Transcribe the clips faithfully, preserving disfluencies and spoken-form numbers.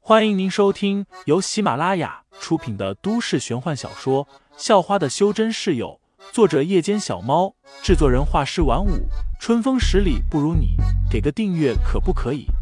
欢迎您收听由喜马拉雅出品的都市玄幻小说《校花的修真室友》，作者夜间小猫，制作人画师晚舞，春风十里不如你，给个订阅可不可以？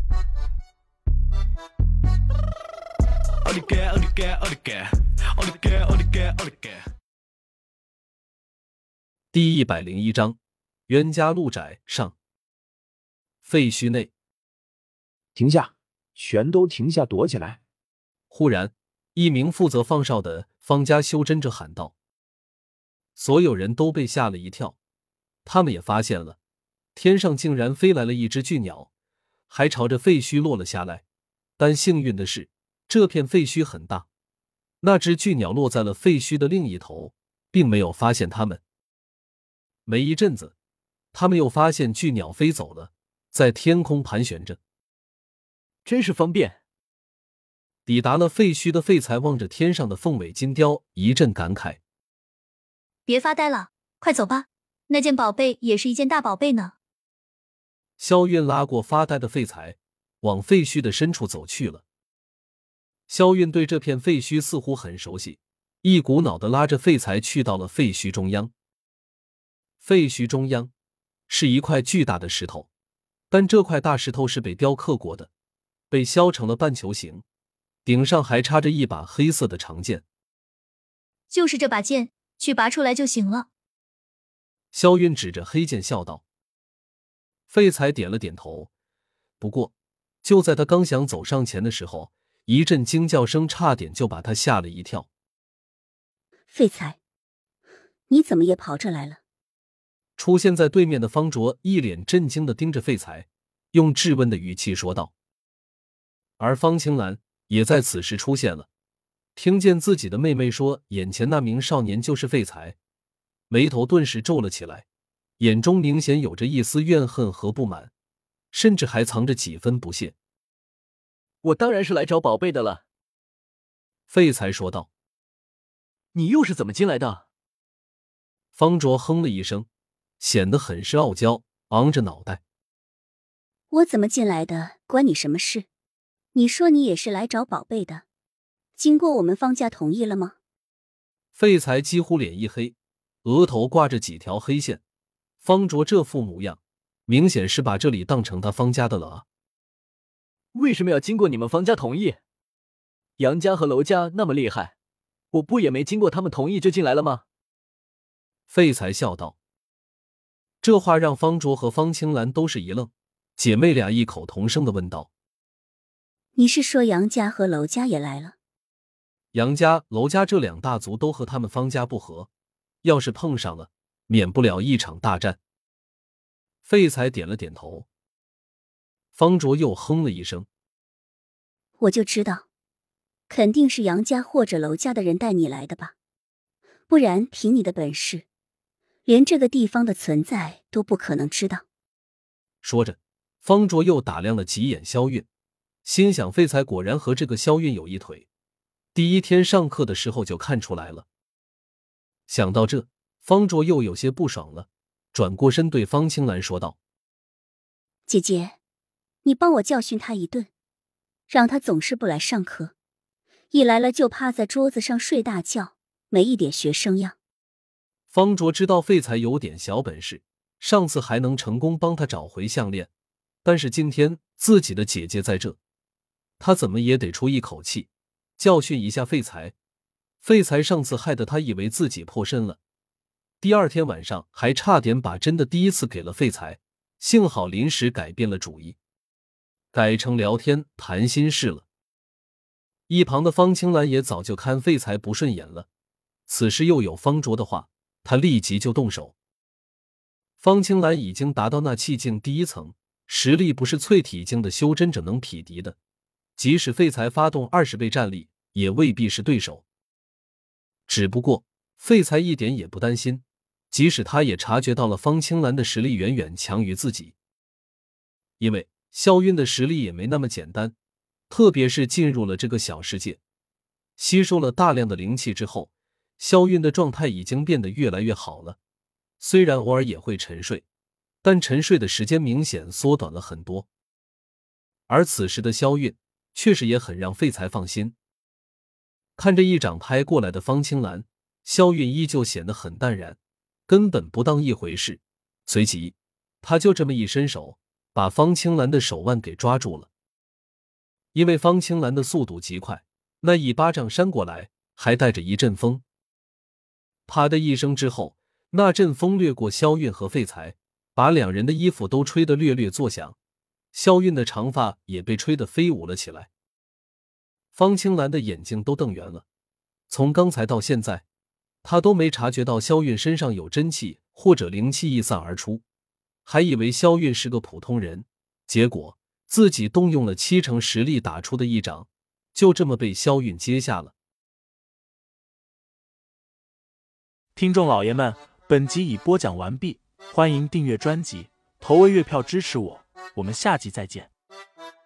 第一百零一章，冤家路窄上。废墟内， 停下！全都停下，躲起来！ 忽然，一名负责放哨的方家修真者喊道。所有人都被吓了一跳，他们也发现了，天上竟然飞来了一只巨鸟，还朝着废墟落了下来。但幸运的是，这片废墟很大，那只巨鸟落在了废墟的另一头，并没有发现他们。没一阵子，他们又发现巨鸟飞走了，在天空盘旋着。 真是方便。 抵达了废墟的废材望着天上的凤尾金雕，一阵感慨。 别发呆了，快走吧，那件宝贝也是一件大宝贝呢。 萧韵拉过发呆的废材，往废墟的深处走去了。萧韵对这片废墟似乎很熟悉，一股脑地拉着废材去到了废墟中央。废墟中央是一块巨大的石头，但这块大石头是被雕刻过的，被削成了半球形，顶上还插着一把黑色的长剑。 就是这把剑，去拔出来就行了。 萧韵指着黑剑笑道。废材点了点头，不过就在他刚想走上前的时候，一阵惊叫声差点就把他吓了一跳。 废材，你怎么也跑这来了？ 出现在对面的方卓一脸震惊地盯着废材，用质问的语气说道。而方青兰也在此时出现了，听见自己的妹妹说眼前那名少年就是废材，眉头顿时皱了起来，眼中明显有着一丝怨恨和不满，甚至还藏着几分不屑。 我当然是来找宝贝的了。 废材说道。 你又是怎么进来的？ 方卓哼了一声，显得很是傲娇，昂着脑袋。 我怎么进来的关你什么事？你说你也是来找宝贝的，经过我们方家同意了吗？ 废材几乎脸一黑，额头挂着几条黑线。方卓这副模样，明显是把这里当成他方家的了啊。 为什么要经过你们方家同意？杨家和娄家那么厉害，我不也没经过他们同意就进来了吗？ 废材笑道。这话让方卓和方青兰都是一愣，姐妹俩异口同声地问道。 你是说杨家和娄家也来了？ 杨家、娄家这两大族都和他们方家不和，要是碰上了，免不了一场大战。废材点了点头。方卓又哼了一声。 我就知道，肯定是杨家或者娄家的人带你来的吧，不然凭你的本事，连这个地方的存在都不可能知道。 说着，方卓又打量了几眼萧韵，心想废材果然和这个萧韵有一腿，第一天上课的时候就看出来了。想到这，方卓又有些不爽了，转过身对方青兰说道。 姐姐，你帮我教训他一顿，让他总是不来上课，一来了就趴在桌子上睡大觉，没一点学生样。 方卓知道废材有点小本事，上次还能成功帮他找回项链，但是今天自己的姐姐在这，他怎么也得出一口气，教训一下废材。废材上次害得他以为自己破身了，第二天晚上还差点把真的第一次给了废材，幸好临时改变了主意，改成聊天谈心事了。一旁的方青兰也早就看废材不顺眼了，此时又有方卓的话，他立即就动手。方青兰已经达到那气境第一层，实力不是淬体境的修真者能匹敌的，即使废材发动二十倍战力，也未必是对手。只不过废材一点也不担心，即使他也察觉到了方青兰的实力远远强于自己。因为萧韵的实力也没那么简单，特别是进入了这个小世界，吸收了大量的灵气之后，萧韵的状态已经变得越来越好了。虽然偶尔也会沉睡，但沉睡的时间明显缩短了很多。而此时的萧韵确实也很让废材放心。看着一掌拍过来的方青兰，萧韵依旧显得很淡然，根本不当一回事。随即他就这么一伸手，把方青兰的手腕给抓住了。因为方青兰的速度极快，那一巴掌扇过来还带着一阵风。啪的一声之后，那阵风掠过萧韵和废材，把两人的衣服都吹得略略作响，萧韵的长发也被吹得飞舞了起来。方青兰的眼睛都瞪圆了，从刚才到现在，他都没察觉到萧韵身上有真气或者灵气溢散而出，还以为萧韵是个普通人，结果自己动用了七成实力打出的一掌，就这么被萧韵接下了。 听众老爷们，本集已播讲完毕，欢迎订阅专辑，投喂月票支持我，我们下集再见。